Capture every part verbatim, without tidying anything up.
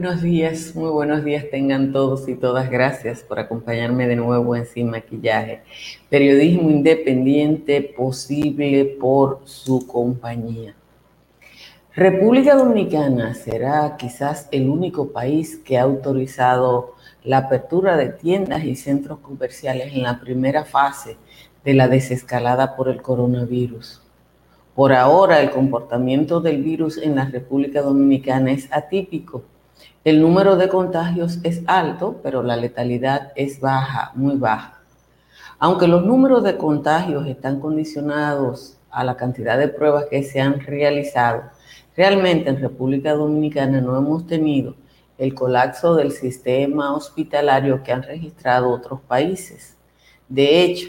buenos días, muy buenos días tengan todos y todas. Gracias por acompañarme de nuevo en Sin Maquillaje. Periodismo independiente posible por su compañía. República Dominicana será quizás el único país que ha autorizado la apertura de tiendas y centros comerciales en la primera fase de la desescalada por el coronavirus. Por ahora, el comportamiento del virus en la República Dominicana es atípico. El número de contagios es alto, pero la letalidad es baja, muy baja. Aunque los números de contagios están condicionados a la cantidad de pruebas que se han realizado, realmente en República Dominicana no hemos tenido el colapso del sistema hospitalario que han registrado otros países. De hecho,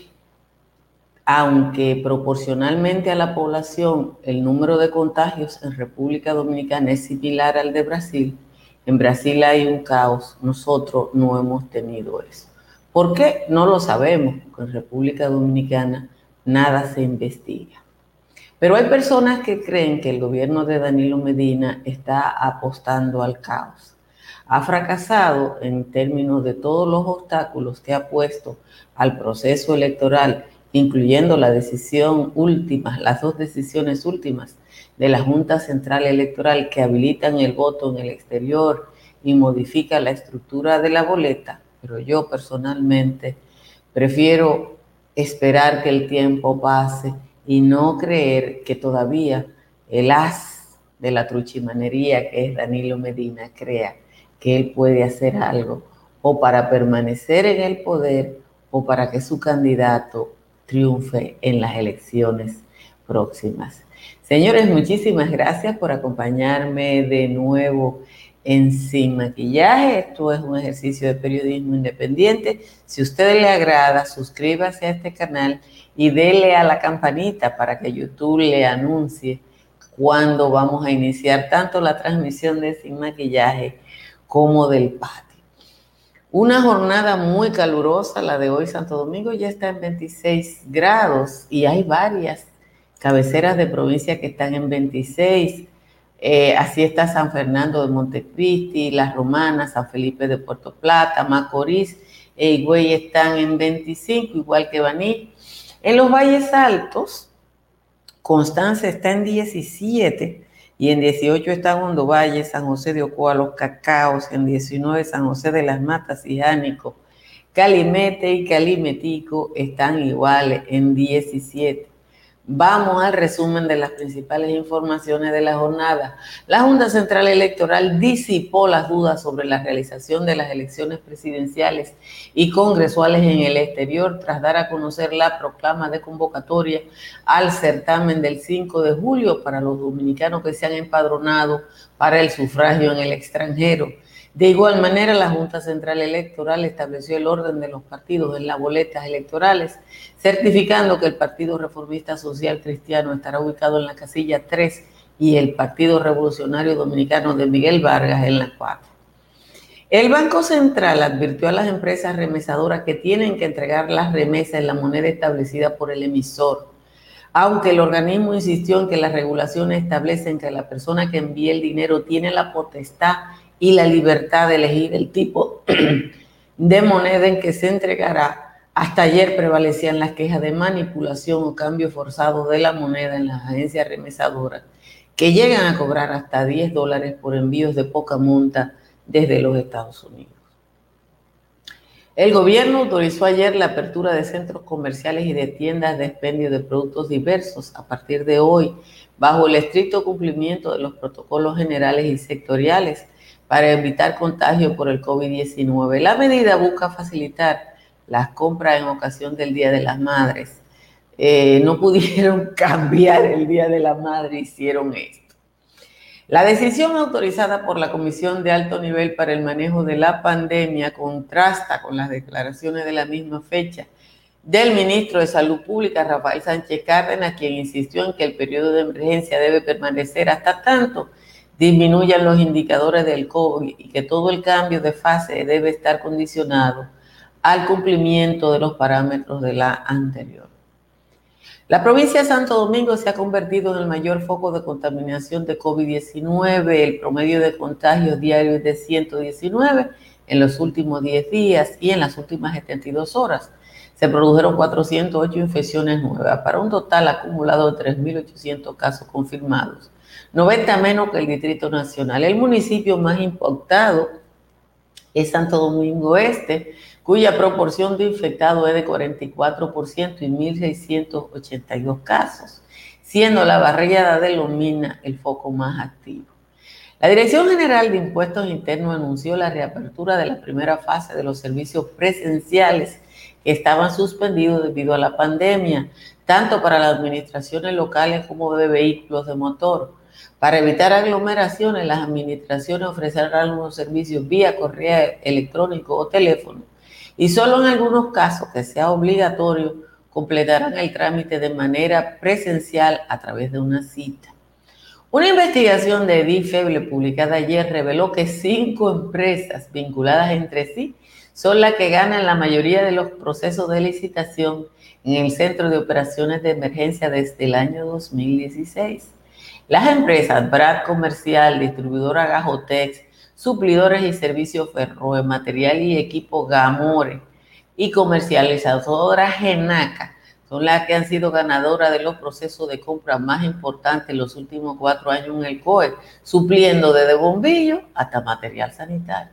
aunque proporcionalmente a la población el número de contagios en República Dominicana es similar al de Brasil, en Brasil hay un caos, nosotros no hemos tenido eso. ¿Por qué? No lo sabemos, porque en República Dominicana nada se investiga. Pero hay personas que creen que el gobierno de Danilo Medina está apostando al caos. Ha fracasado en términos de todos los obstáculos que ha puesto al proceso electoral, incluyendo la decisión última, las dos decisiones últimas de la Junta Central Electoral que habilitan el voto en el exterior y modifica la estructura de la boleta. Pero yo personalmente prefiero esperar que el tiempo pase y no creer que todavía el as de la truchimanería que es Danilo Medina crea que él puede hacer algo o para permanecer en el poder o para que su candidato triunfe en las elecciones próximas. Señores, muchísimas gracias por acompañarme de nuevo en Sin Maquillaje. Esto es un ejercicio de periodismo independiente. Si a usted le agrada, suscríbase a este canal y dele a la campanita para que YouTube le anuncie cuando vamos a iniciar tanto la transmisión de Sin Maquillaje como del patio. Una jornada muy calurosa, la de hoy. Santo Domingo ya está en veintiséis grados y hay varias cabeceras de provincia que están en veintiséis. Eh, así está San Fernando de Montecristi, La Romana, San Felipe de Puerto Plata, Macorís e Higüey están en veinticinco, igual que Baní. En los valles altos, Constanza está en diecisiete y en dieciocho están Hondo Valle, San José de Ocoa, Los Cacaos, en diecinueve San José de las Matas y Jánico. Calimete y Calimetico están iguales en diecisiete. Vamos al resumen de las principales informaciones de la jornada. La Junta Central Electoral disipó las dudas sobre la realización de las elecciones presidenciales y congresuales en el exterior tras dar a conocer la proclama de convocatoria al certamen del cinco de julio para los dominicanos que se han empadronado para el sufragio en el extranjero. De igual manera, la Junta Central Electoral estableció el orden de los partidos en las boletas electorales, certificando que el Partido Reformista Social Cristiano estará ubicado en la casilla tres y el Partido Revolucionario Dominicano de Miguel Vargas en la cuatro. El Banco Central advirtió a las empresas remesadoras que tienen que entregar las remesas en la moneda establecida por el emisor, aunque el organismo insistió en que las regulaciones establecen que la persona que envíe el dinero tiene la potestad y la libertad de elegir el tipo de moneda en que se entregará. Hasta ayer prevalecían las quejas de manipulación o cambio forzado de la moneda en las agencias remesadoras, que llegan a cobrar hasta diez dólares por envíos de poca monta desde los Estados Unidos. El gobierno autorizó ayer la apertura de centros comerciales y de tiendas de expendio de productos diversos a partir de hoy, bajo el estricto cumplimiento de los protocolos generales y sectoriales para evitar contagio por el COVID diecinueve. La medida busca facilitar las compras en ocasión del Día de las Madres. Eh, no pudieron cambiar el Día de la Madre, hicieron esto. La decisión autorizada por la Comisión de Alto Nivel para el Manejo de la Pandemia contrasta con las declaraciones de la misma fecha del ministro de Salud Pública, Rafael Sánchez Cárdenas, quien insistió en que el periodo de emergencia debe permanecer hasta tanto disminuyan los indicadores del COVID y que todo el cambio de fase debe estar condicionado al cumplimiento de los parámetros de la anterior. La provincia de Santo Domingo se ha convertido en el mayor foco de contaminación de COVID diecinueve. El promedio de contagios diarios es de ciento diecinueve en los últimos diez días y en las últimas setenta y dos horas se produjeron cuatrocientas ocho infecciones nuevas para un total acumulado de tres mil ochocientos casos confirmados, noventa menos que el Distrito Nacional. El municipio más impactado es Santo Domingo Este, cuya proporción de infectados es de cuarenta y cuatro por ciento y mil seiscientos ochenta y dos casos, siendo la barriada de Lomina el foco más activo. La Dirección General de Impuestos Internos anunció la reapertura de la primera fase de los servicios presenciales que estaban suspendidos debido a la pandemia, tanto para las administraciones locales como de vehículos de motor. Para evitar aglomeraciones, las administraciones ofrecerán los servicios vía correo electrónico o teléfono y solo en algunos casos que sea obligatorio completarán el trámite de manera presencial a través de una cita. Una investigación de DIFEBLE publicada ayer reveló que cinco empresas vinculadas entre sí son las que ganan la mayoría de los procesos de licitación en el Centro de Operaciones de Emergencia desde el año dos mil dieciséis. Las empresas Brad Comercial, distribuidora Gajotex, suplidores y servicios Ferroe, material y equipo Gamore y comercializadora Genaca son las que han sido ganadoras de los procesos de compra más importantes en los últimos cuatro años en el C O E, supliendo desde bombillos hasta material sanitario.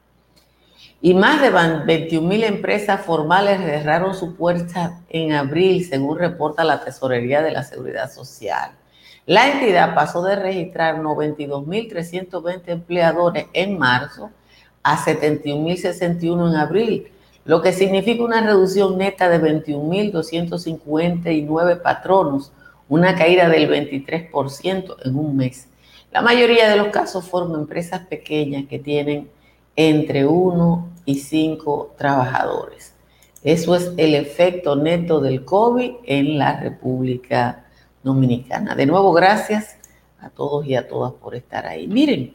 Y más de veintiún mil empresas formales cerraron su puerta en abril, según reporta la Tesorería de la Seguridad Social. La entidad pasó de registrar noventa y dos mil trescientos veinte empleadores en marzo a setenta y un mil sesenta y uno en abril, lo que significa una reducción neta de veintiún mil doscientos cincuenta y nueve patronos, una caída del veintitrés por ciento en un mes. La mayoría de los casos forman empresas pequeñas que tienen entre uno y cinco trabajadores. Eso es el efecto neto del COVID en la República Dominicana. De nuevo, gracias a todos y a todas por estar ahí. Miren,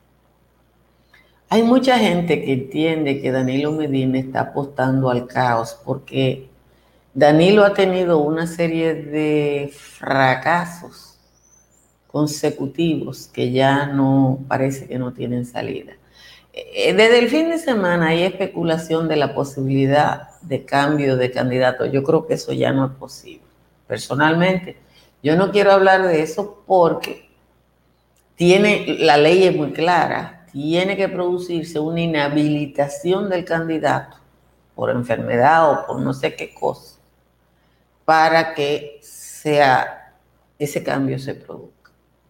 hay mucha gente que entiende que Danilo Medina está apostando al caos porque Danilo ha tenido una serie de fracasos consecutivos que ya no parece que no tienen salida. Desde el fin de semana hay especulación de la posibilidad de cambio de candidato. Yo creo que eso ya no es posible. Personalmente, yo no quiero hablar de eso porque tiene, la ley es muy clara, tiene que producirse una inhabilitación del candidato por enfermedad o por no sé qué cosa para que sea, ese cambio se produzca.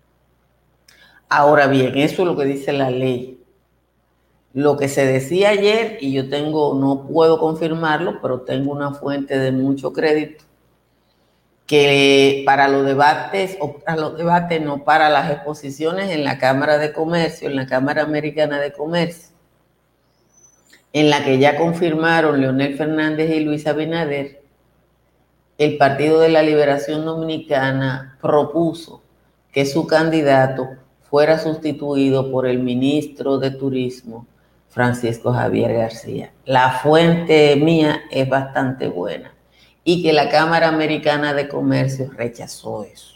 Ahora bien, eso es lo que dice la ley. Lo que se decía ayer, y yo tengo, no puedo confirmarlo, pero tengo una fuente de mucho crédito, que para los debates, o para los debates, no, para las exposiciones en la Cámara de Comercio, en la Cámara Americana de Comercio, en la que ya confirmaron Leonel Fernández y Luis Abinader, el Partido de la Liberación Dominicana propuso que su candidato fuera sustituido por el ministro de Turismo, Francisco Javier García. La fuente mía es bastante buena y que la Cámara Americana de Comercio rechazó eso.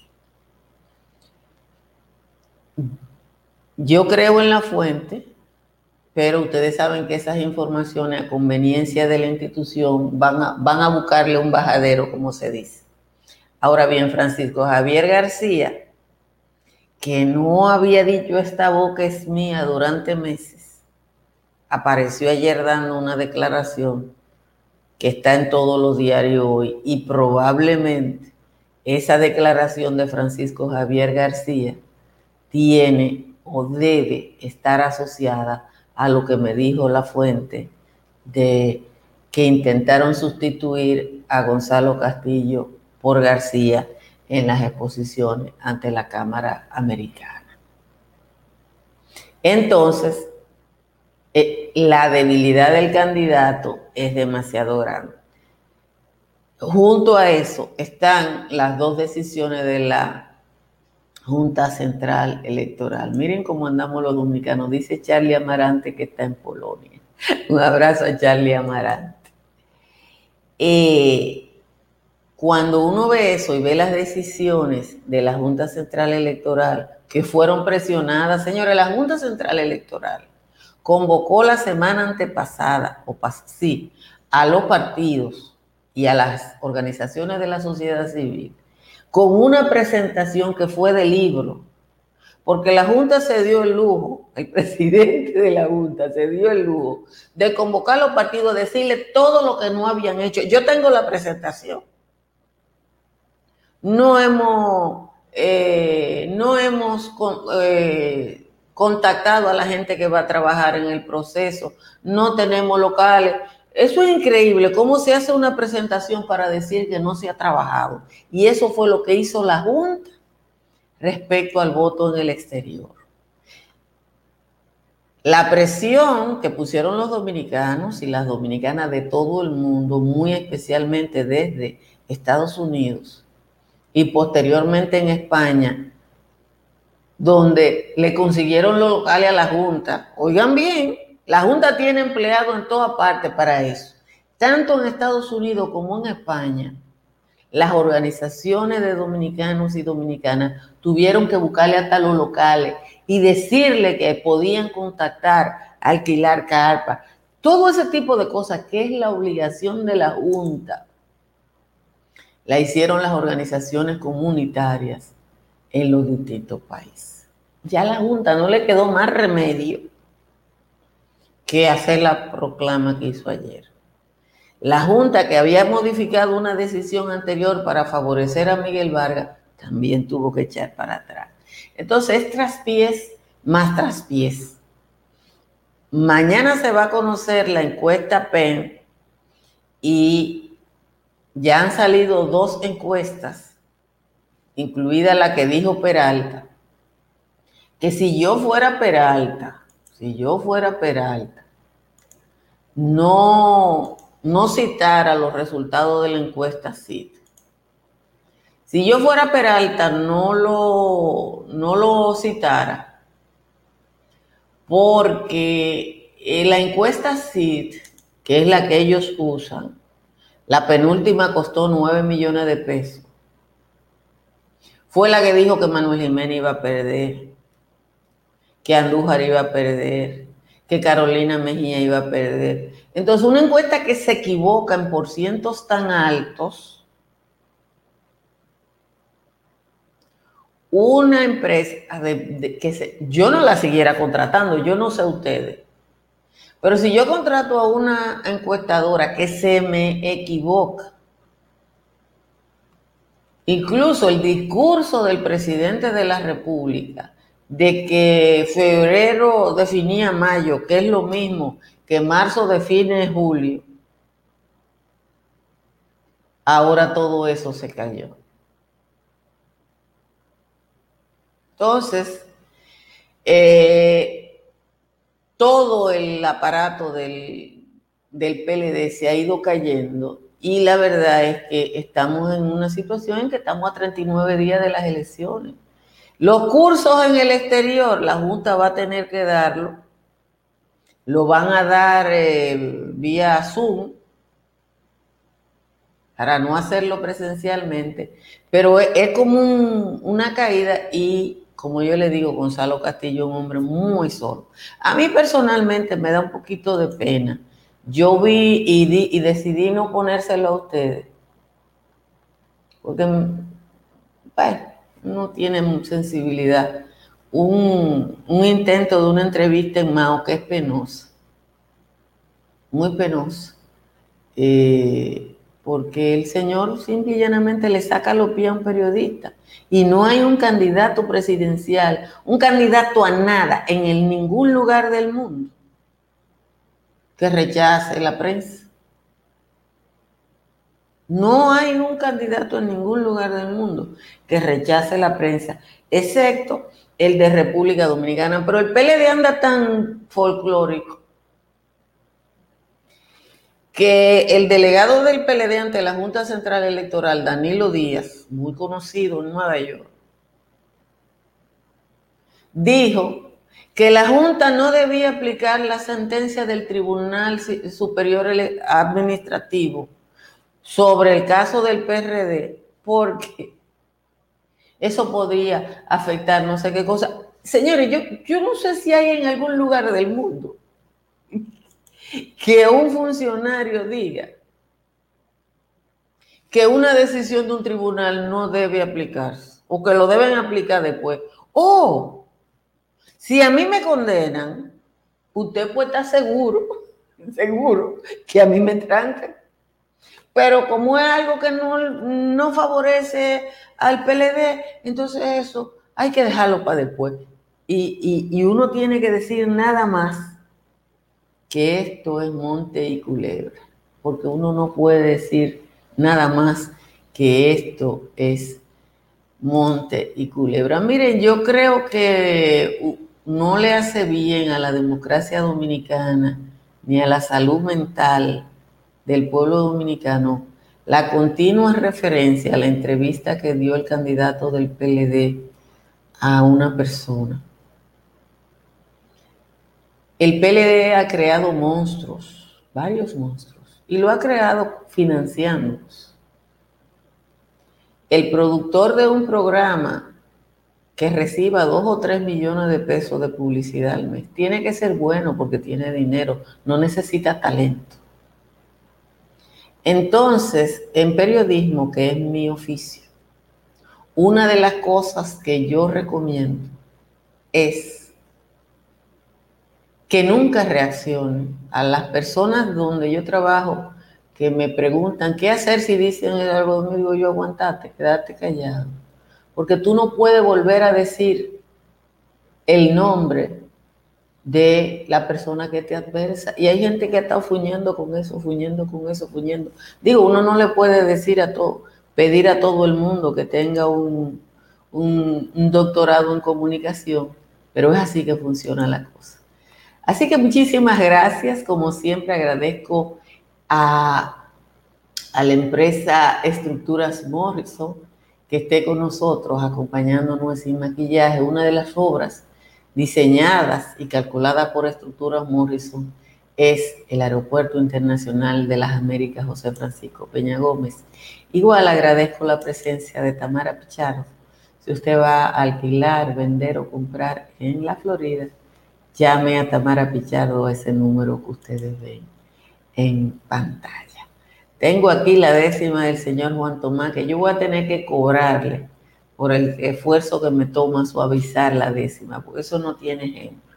Yo creo en la fuente, pero ustedes saben que esas informaciones a conveniencia de la institución van a, van a buscarle un bajadero, como se dice. Ahora bien, Francisco Javier García, que no había dicho esta boca es mía durante meses, apareció ayer dando una declaración que está en todos los diarios hoy y probablemente esa declaración de Francisco Javier García tiene o debe estar asociada a lo que me dijo la fuente de que intentaron sustituir a Gonzalo Castillo por García en las exposiciones ante la Cámara Americana. Entonces, eh, la debilidad del candidato es demasiado grande. Junto a eso están las dos decisiones de la Junta Central Electoral. Miren cómo andamos los dominicanos. Dice Charlie Amarante que está en Polonia. Un abrazo a Charlie Amarante. Eh, Cuando uno ve eso y ve las decisiones de la Junta Central Electoral que fueron presionadas, señores, la Junta Central Electoral convocó la semana antepasada, o pas sí, a los partidos y a las organizaciones de la sociedad civil con una presentación que fue de libro, porque la Junta se dio el lujo, el presidente de la Junta se dio el lujo de convocar a los partidos, decirle todo lo que no habían hecho. Yo tengo la presentación. No hemos, eh, no hemos eh, contactado a la gente que va a trabajar en el proceso, no tenemos locales. Eso es increíble, cómo se hace una presentación para decir que no se ha trabajado. Y eso fue lo que hizo la Junta respecto al voto en el exterior. La presión que pusieron los dominicanos y las dominicanas de todo el mundo, muy especialmente desde Estados Unidos y posteriormente en España, donde le consiguieron los locales a la Junta. Oigan bien, la Junta tiene empleados en todas partes para eso. Tanto en Estados Unidos como en España, las organizaciones de dominicanos y dominicanas tuvieron que buscarle hasta los locales y decirle que podían contactar, alquilar carpa, todo ese tipo de cosas que es la obligación de la Junta, la hicieron las organizaciones comunitarias en los distintos países. Ya a la Junta no le quedó más remedio que hacer la proclama que hizo ayer. La Junta, que había modificado una decisión anterior para favorecer a Miguel Vargas, también tuvo que echar para atrás. Entonces, es traspiés más traspiés. Mañana se va a conocer la encuesta P E N y ya han salido dos encuestas, incluida la que dijo Peralta, que si yo fuera Peralta, si yo fuera Peralta, no, no citara los resultados de la encuesta C I D. Si yo fuera Peralta, no lo, no lo citara, porque la encuesta C I D, que es la que ellos usan, la penúltima costó nueve millones de pesos. Fue la que dijo que Manuel Jiménez iba a perder, que Andújar iba a perder, que Carolina Mejía iba a perder. Entonces, una encuesta que se equivoca en porcientos tan altos, una empresa de, de, que se, yo no la siguiera contratando, yo no sé ustedes, pero si yo contrato a una encuestadora que se me equivoca, incluso el discurso del presidente de la República de que febrero definía mayo, que es lo mismo que marzo define julio, ahora todo eso se cayó. Entonces, eh, todo el aparato del, del P L D se ha ido cayendo y la verdad es que estamos en una situación en que estamos a treinta y nueve días de las elecciones. Los cursos en el exterior, la Junta va a tener que darlo, lo van a dar eh, vía Zoom, para no hacerlo presencialmente, pero es, es como un, una caída y, como yo le digo, Gonzalo Castillo es un hombre muy solo. A mí personalmente me da un poquito de pena. Yo vi y, di, y decidí no ponérselo a ustedes, porque, bueno, no tiene sensibilidad. Un, un intento de una entrevista en Mao que es penosa, muy penosa. Eh, porque el señor simple y llanamente le saca los pies a un periodista y no hay un candidato presidencial, un candidato a nada en el, ningún lugar del mundo que rechace la prensa. No hay un candidato en ningún lugar del mundo que rechace la prensa, excepto el de República Dominicana, pero el P L D anda tan folclórico que el delegado del P L D ante la Junta Central Electoral, Danilo Díaz, muy conocido en Nueva York, dijo que la Junta no debía aplicar la sentencia del Tribunal Superior Administrativo sobre el caso del P R D, porque eso podría afectar no sé qué cosa. Señores, yo, yo no sé si hay en algún lugar del mundo que un funcionario diga que una decisión de un tribunal no debe aplicarse o que lo deben aplicar después. O si a mí me condenan, usted puede estar seguro, seguro que a mí me trancan. Pero como es algo que no, no favorece al P L D, entonces eso hay que dejarlo para después. Y, y, y uno tiene que decir nada más que esto es monte y culebra, porque uno no puede decir nada más que esto es monte y culebra. Miren, yo creo que no le hace bien a la democracia dominicana ni a la salud mental del pueblo dominicano la continua referencia a la entrevista que dio el candidato del P L D a una persona. El P L D ha creado monstruos, varios monstruos, y lo ha creado financiándolos. El productor de un programa que reciba dos o tres millones de pesos de publicidad al mes tiene que ser bueno porque tiene dinero, no necesita talento. Entonces, en periodismo, que es mi oficio, una de las cosas que yo recomiendo es que nunca reaccionen a las personas donde yo trabajo que me preguntan qué hacer si dicen algo de mí. Digo yo, aguantate, quédate callado, porque tú no puedes volver a decir el nombre de la persona que te adversa. Y hay gente que ha estado fuñendo con eso, fuñendo con eso, fuñendo. Digo, uno no le puede decir a todo, pedir a todo el mundo que tenga un, un, un doctorado en comunicación, pero es así que funciona la cosa. Así que muchísimas gracias. Como siempre, agradezco a, a la empresa Estructuras Morrison que esté con nosotros acompañándonos en Sin Maquillaje. Una de las obras diseñadas y calculadas por Estructuras Morrison es el Aeropuerto Internacional de las Américas José Francisco Peña Gómez. Igual agradezco la presencia de Tamara Pichardo. Si usted va a alquilar, vender o comprar en la Florida, llame a Tamara Pichardo a ese número que ustedes ven en pantalla. Tengo aquí la décima del señor Juan Tomás, que yo voy a tener que cobrarle por el esfuerzo que me toma suavizar la décima, porque eso no tiene ejemplo.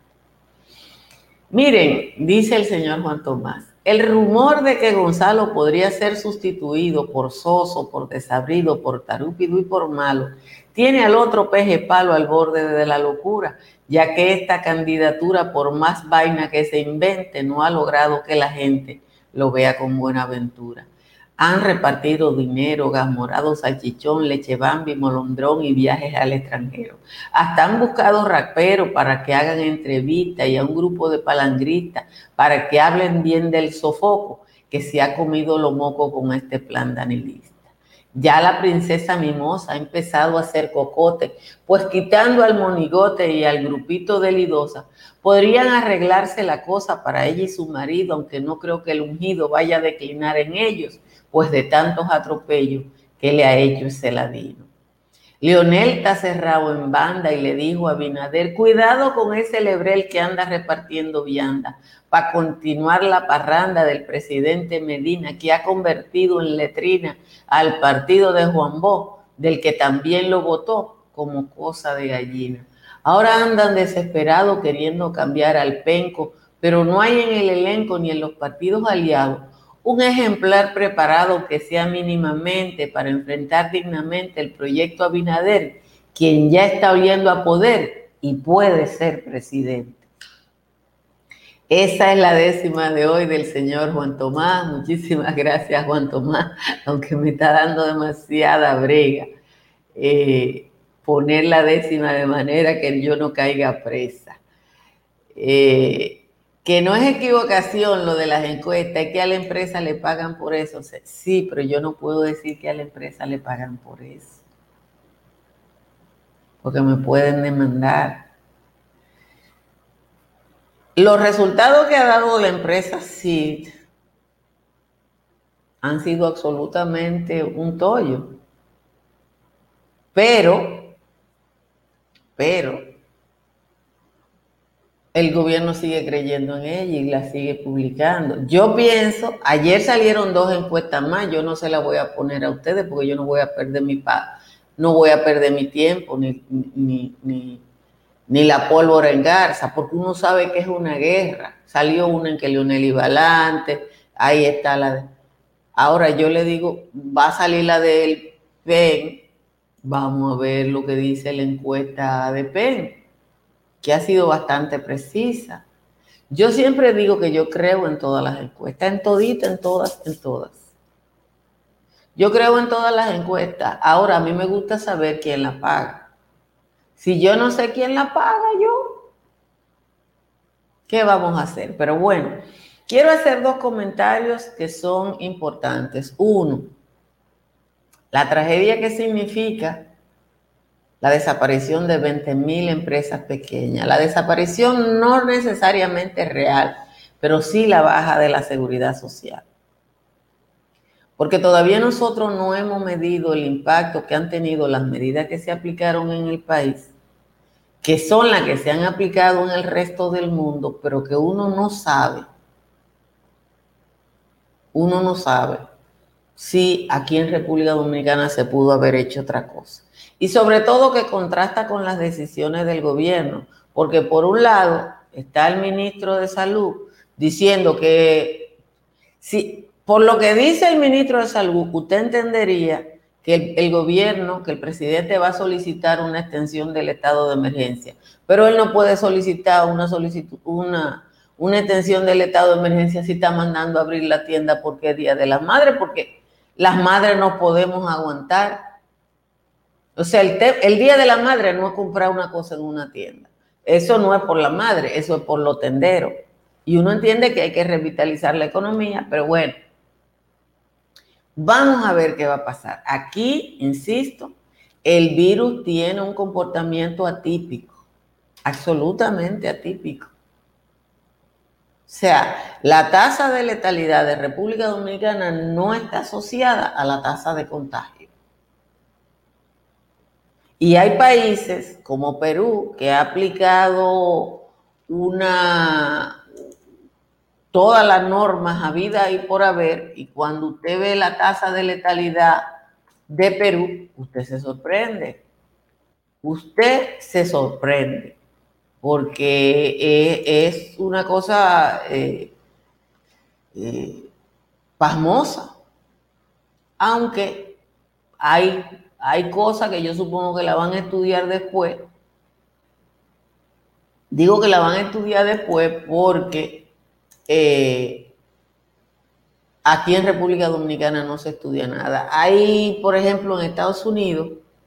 Miren, dice el señor Juan Tomás, el rumor de que Gonzalo podría ser sustituido por soso, por desabrido, por tarúpido y por malo, tiene al otro peje palo al borde de la locura, ya que esta candidatura, por más vaina que se invente, no ha logrado que la gente lo vea con buena aventura. Han repartido dinero, gas morado, salchichón, leche bambi, molondrón y viajes al extranjero. Hasta han buscado raperos para que hagan entrevistas y a un grupo de palangristas para que hablen bien del sofoco que se ha comido lo moco con este plan danilista. Ya la princesa Mimosa ha empezado a hacer cocote, pues quitando al monigote y al grupito de Lidosa, podrían arreglarse la cosa para ella y su marido, aunque no creo que el ungido vaya a declinar en ellos, pues de tantos atropellos que le ha hecho ese ladino. Leonel está cerrado en banda y le dijo a Abinader, cuidado con ese lebrel que anda repartiendo vianda para continuar la parranda del presidente Medina, que ha convertido en letrina al partido de Juan Bó, del que también lo votó como cosa de gallina. Ahora andan desesperados queriendo cambiar al penco, pero no hay en el elenco ni en los partidos aliados un ejemplar preparado que sea mínimamente para enfrentar dignamente el proyecto Abinader, quien ya está oliendo a poder y puede ser presidente. Esa es la décima de hoy del señor Juan Tomás. Muchísimas gracias, Juan Tomás, aunque me está dando demasiada brega eh, poner la décima de manera que yo no caiga presa. Eh, que no es equivocación lo de las encuestas, es que a la empresa le pagan por eso. Sí, pero yo no puedo decir que a la empresa le pagan por eso, porque me pueden demandar. Los resultados que ha dado la empresa C I D han sido absolutamente un tollo. Pero, pero, el gobierno sigue creyendo en ella y la sigue publicando. Yo pienso, ayer salieron dos encuestas más, yo no se las voy a poner a ustedes porque yo no voy a perder mi paz, no voy a perder mi tiempo, ni, ni, ni, ni la pólvora en garza, porque uno sabe que es una guerra. Salió una en que Leonel iba adelante, ahí está la de... Ahora yo le digo, va a salir la del P E N, vamos a ver lo que dice la encuesta de P E N, que ha sido bastante precisa. Yo siempre digo que yo creo en todas las encuestas, en todita, en todas, en todas. Yo creo en todas las encuestas. Ahora, a mí me gusta saber quién la paga. Si yo no sé quién la paga, yo, ¿qué vamos a hacer? Pero bueno, quiero hacer dos comentarios que son importantes. Uno, la tragedia que significa la desaparición de veinte mil empresas pequeñas. La desaparición no necesariamente es real, pero sí la baja de la seguridad social. Porque todavía nosotros no hemos medido el impacto que han tenido las medidas que se aplicaron en el país, que son las que se han aplicado en el resto del mundo, pero que uno no sabe, uno no sabe si aquí en República Dominicana se pudo haber hecho otra cosa. Y sobre todo que contrasta con las decisiones del gobierno, porque por un lado está el ministro de Salud diciendo que, si, por lo que dice el ministro de Salud, usted entendería que el, el gobierno, que el presidente va a solicitar una extensión del estado de emergencia, pero él no puede solicitar una, solicitud, una, una extensión del estado de emergencia si está mandando a abrir la tienda porque es Día de las Madres, porque las madres no podemos aguantar. O sea, el, te, el Día de la Madre no es comprar una cosa en una tienda. Eso no es por la madre, eso es por los tenderos. Y uno entiende que hay que revitalizar la economía, pero bueno, vamos a ver qué va a pasar. Aquí, insisto, el virus tiene un comportamiento atípico, absolutamente atípico. O sea, la tasa de letalidad de República Dominicana no está asociada a la tasa de contagio. Y hay países como Perú que ha aplicado una, todas las normas habidas y por haber, y cuando usted ve la tasa de letalidad de Perú, usted se sorprende. Usted se sorprende, porque es una cosa eh, eh, pasmosa, aunque hay, hay cosas que yo supongo que la van a estudiar después. Digo que la van a estudiar después porque eh, aquí en República Dominicana no se estudia nada. Hay, por ejemplo, en Estados Unidos,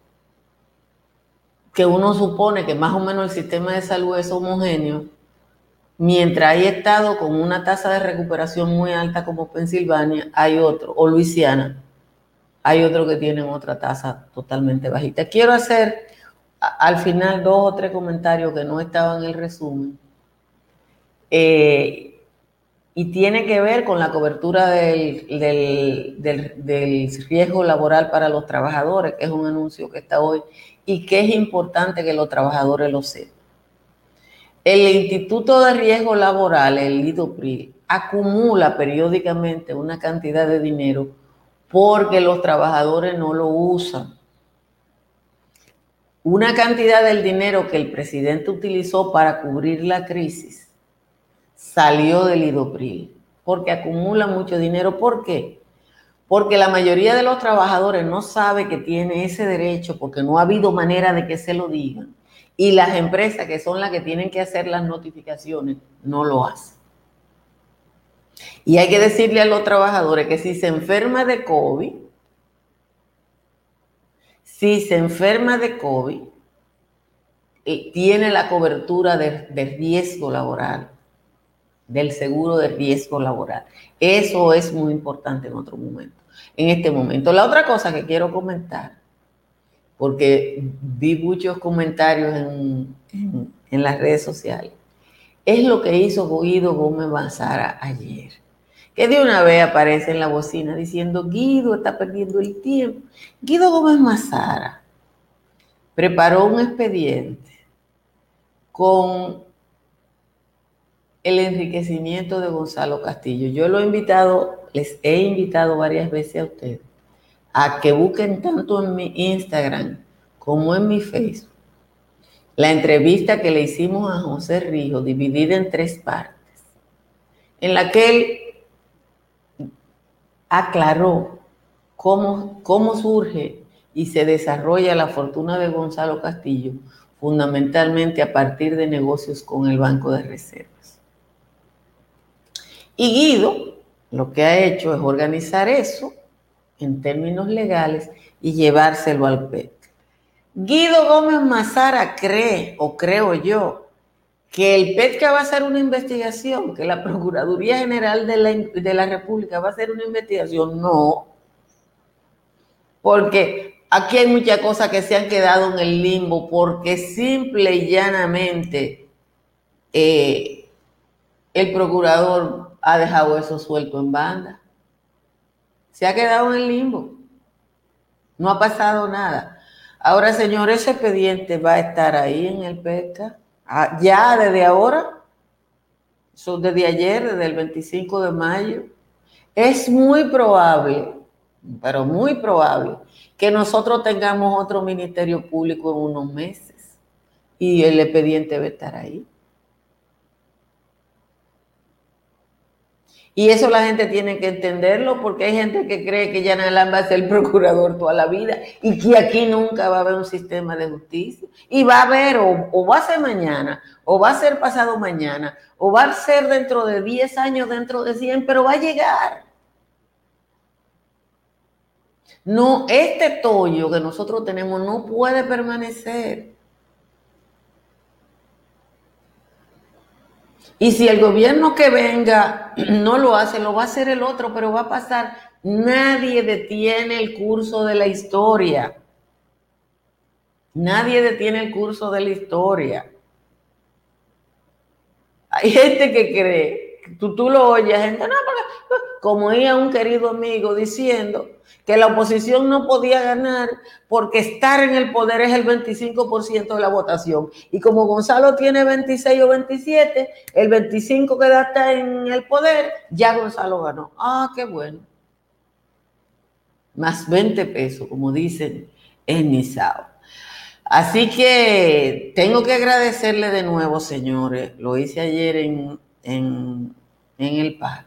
que uno supone que más o menos el sistema de salud es homogéneo, mientras hay estados con una tasa de recuperación muy alta como Pensilvania, hay otro, o Luisiana, hay otro que tienen otra tasa totalmente bajita. Quiero hacer al final dos o tres comentarios que no estaban en el resumen. Eh, y tiene que ver con la cobertura del, del, del, del riesgo laboral para los trabajadores, que es un anuncio que está hoy y que es importante que los trabajadores lo sepan. El Instituto de Riesgo Laboral, el IDOPRIL, acumula periódicamente una cantidad de dinero porque los trabajadores no lo usan. Una cantidad del dinero que el presidente utilizó para cubrir la crisis salió del IDOPRIL, porque acumula mucho dinero. ¿Por qué? Porque la mayoría de los trabajadores no sabe que tiene ese derecho porque no ha habido manera de que se lo digan. Y las empresas, que son las que tienen que hacer las notificaciones, no lo hacen. Y hay que decirle a los trabajadores que si se enferma de COVID, si se enferma de COVID, eh, tiene la cobertura de, de riesgo laboral, del seguro de riesgo laboral. Eso es muy importante en otro momento, en este momento. La otra cosa que quiero comentar, porque vi muchos comentarios en, en, en las redes sociales, es lo que hizo Guido Gómez Mazara ayer, que de una vez aparece en la bocina diciendo: Guido está perdiendo el tiempo. Guido Gómez Mazara preparó un expediente con el enriquecimiento de Gonzalo Castillo. Yo lo he invitado, les he invitado varias veces a ustedes a que busquen tanto en mi Instagram como en mi Facebook la entrevista que le hicimos a José Rijo, dividida en tres partes, en la que él aclaró cómo, cómo surge y se desarrolla la fortuna de Gonzalo Castillo, fundamentalmente a partir de negocios con el Banco de Reservas. Y Guido lo que ha hecho es organizar eso en términos legales y llevárselo al P E C. Guido Gómez Mazara cree, o creo yo, que el P E C va a hacer una investigación, que la Procuraduría General de la, de la República va a hacer una investigación. No, porque aquí hay muchas cosas que se han quedado en el limbo, porque simple y llanamente eh, el procurador ha dejado eso suelto en banda. Se ha quedado en el limbo. No ha pasado nada. Ahora, señor, ese expediente va a estar ahí en el P E C A, ya desde ahora, eso desde ayer, desde el veinticinco de mayo. Es muy probable, pero muy probable, que nosotros tengamos otro ministerio público en unos meses y el expediente va a estar ahí. Y eso la gente tiene que entenderlo, porque hay gente que cree que Jean Alain va a ser el procurador toda la vida y que aquí nunca va a haber un sistema de justicia. Y va a haber, o, o va a ser mañana, o va a ser pasado mañana, o va a ser dentro de diez años, dentro de cien, pero va a llegar. No, este tollo que nosotros tenemos no puede permanecer. Y si el gobierno que venga no lo hace, lo va a hacer el otro, pero va a pasar. Nadie detiene el curso de la historia. Nadie detiene el curso de la historia. Hay gente que cree, tú, tú lo oyes, gente, no, porque, como oía un querido amigo diciendo que la oposición no podía ganar porque estar en el poder es el veinticinco por ciento de la votación. Y como Gonzalo tiene veintiséis o veintisiete, el veinticinco que está en el poder, ya Gonzalo ganó. Ah, qué bueno. Más veinte pesos, como dicen en Nizao. Así que tengo que agradecerle de nuevo, señores. Lo hice ayer en, en, en el patio.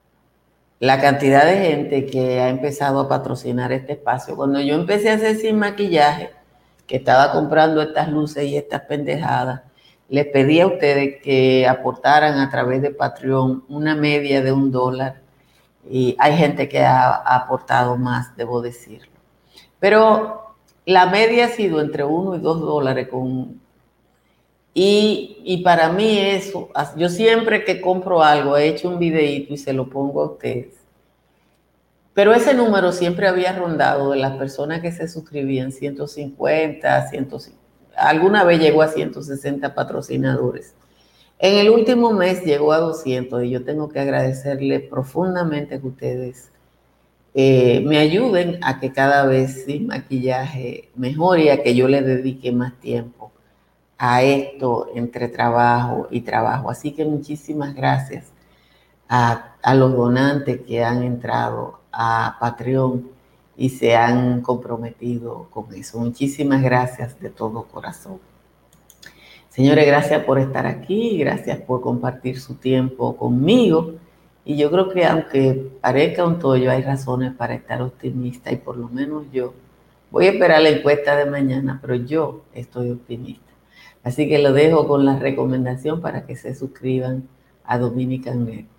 La cantidad de gente que ha empezado a patrocinar este espacio. Cuando yo empecé a hacer Sin Maquillaje, que estaba comprando estas luces y estas pendejadas, les pedí a ustedes que aportaran a través de Patreon una media de un dólar. Y hay gente que ha, ha aportado más, debo decirlo. Pero la media ha sido entre uno y dos dólares. Con, y, y para mí eso, yo siempre que compro algo he hecho un videíto y se lo pongo a ustedes. Pero ese número siempre había rondado de las personas que se suscribían, ciento cincuenta, ciento cincuenta, alguna vez llegó a ciento sesenta patrocinadores. En el último mes llegó a doscientos y yo tengo que agradecerle profundamente que ustedes eh, me ayuden a que cada vez Sin Maquillaje mejore y a que yo le dedique más tiempo a esto entre trabajo y trabajo. Así que muchísimas gracias a, a los donantes que han entrado a Patreon y se han comprometido con eso. Muchísimas gracias de todo corazón. Señores, gracias por estar aquí, gracias por compartir su tiempo conmigo. Y yo creo que aunque parezca un tollo, hay razones para estar optimista y por lo menos yo voy a esperar la encuesta de mañana, pero yo estoy optimista. Así que lo dejo con la recomendación para que se suscriban a Dominican Network.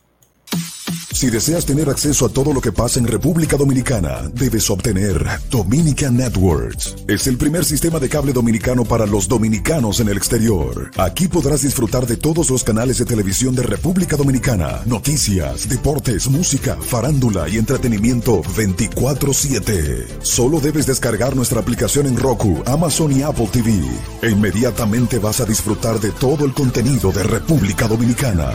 Si deseas tener acceso a todo lo que pasa en República Dominicana, debes obtener Dominican Networks. Es el primer sistema de cable dominicano para los dominicanos en el exterior. Aquí podrás disfrutar de todos los canales de televisión de República Dominicana, noticias, deportes, música, farándula y entretenimiento veinticuatro siete. Solo debes descargar nuestra aplicación en Roku, Amazon y Apple T V. E inmediatamente vas a disfrutar de todo el contenido de República Dominicana.